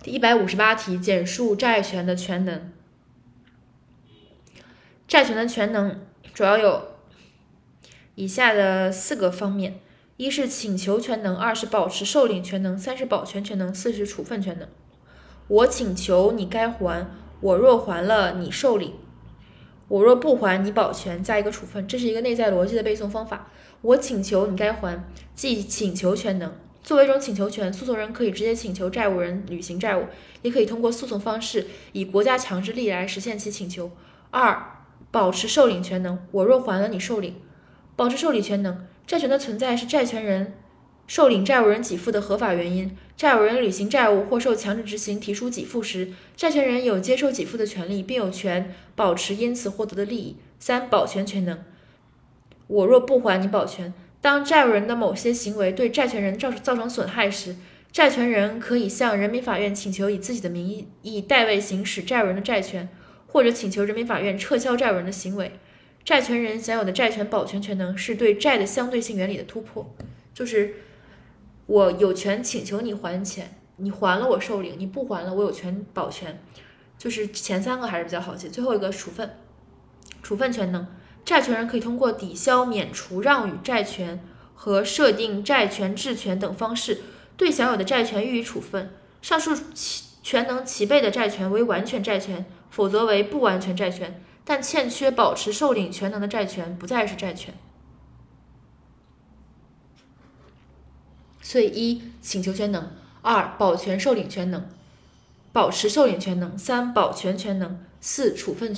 第158题，简述债权的权能。债权的权能主要有以下的4个方面：一是请求权能，二是保持受领权能，三是保全权能，四是处分权能。我请求你该还，我若还了，你受领；我若不还，你保全，加一个处分。这是一个内在逻辑的背诵方法。我请求你该还，即请求权能。作为一种请求权，诉讼人可以直接请求债务人履行债务，也可以通过诉讼方式以国家强制力来实现其请求。二、保持受领权能，我若还了，你受领。保持受领权能，债权的存在是债权人受领债务人给付的合法原因。债务人履行债务或受强制执行提出给付时，债权人有接受给付的权利，并有权保持因此获得的利益。三、保全权能，我若不还，你保全。当债务人的某些行为对债权人造成损害时，债权人可以向人民法院请求以自己的名义代为行使债务人的债权，或者请求人民法院撤销债务人的行为。债权人享有的债权保全权能是对债的相对性原理的突破，就是我有权请求你还钱，你还了我受领，你不还了我有权保全。就是前3个还是比较好记，最后一个处分。处分权能，债权人可以通过抵消、免除、让与债权和设定债权质权等方式对享有的债权予以处分。上述权能齐备的债权为完全债权，否则为不完全债权，但欠缺保持受领权能的债权不再是债权。所以一、请求权能，二、保全受领权能，保持受领权能，三、保全权能，四、处分权能。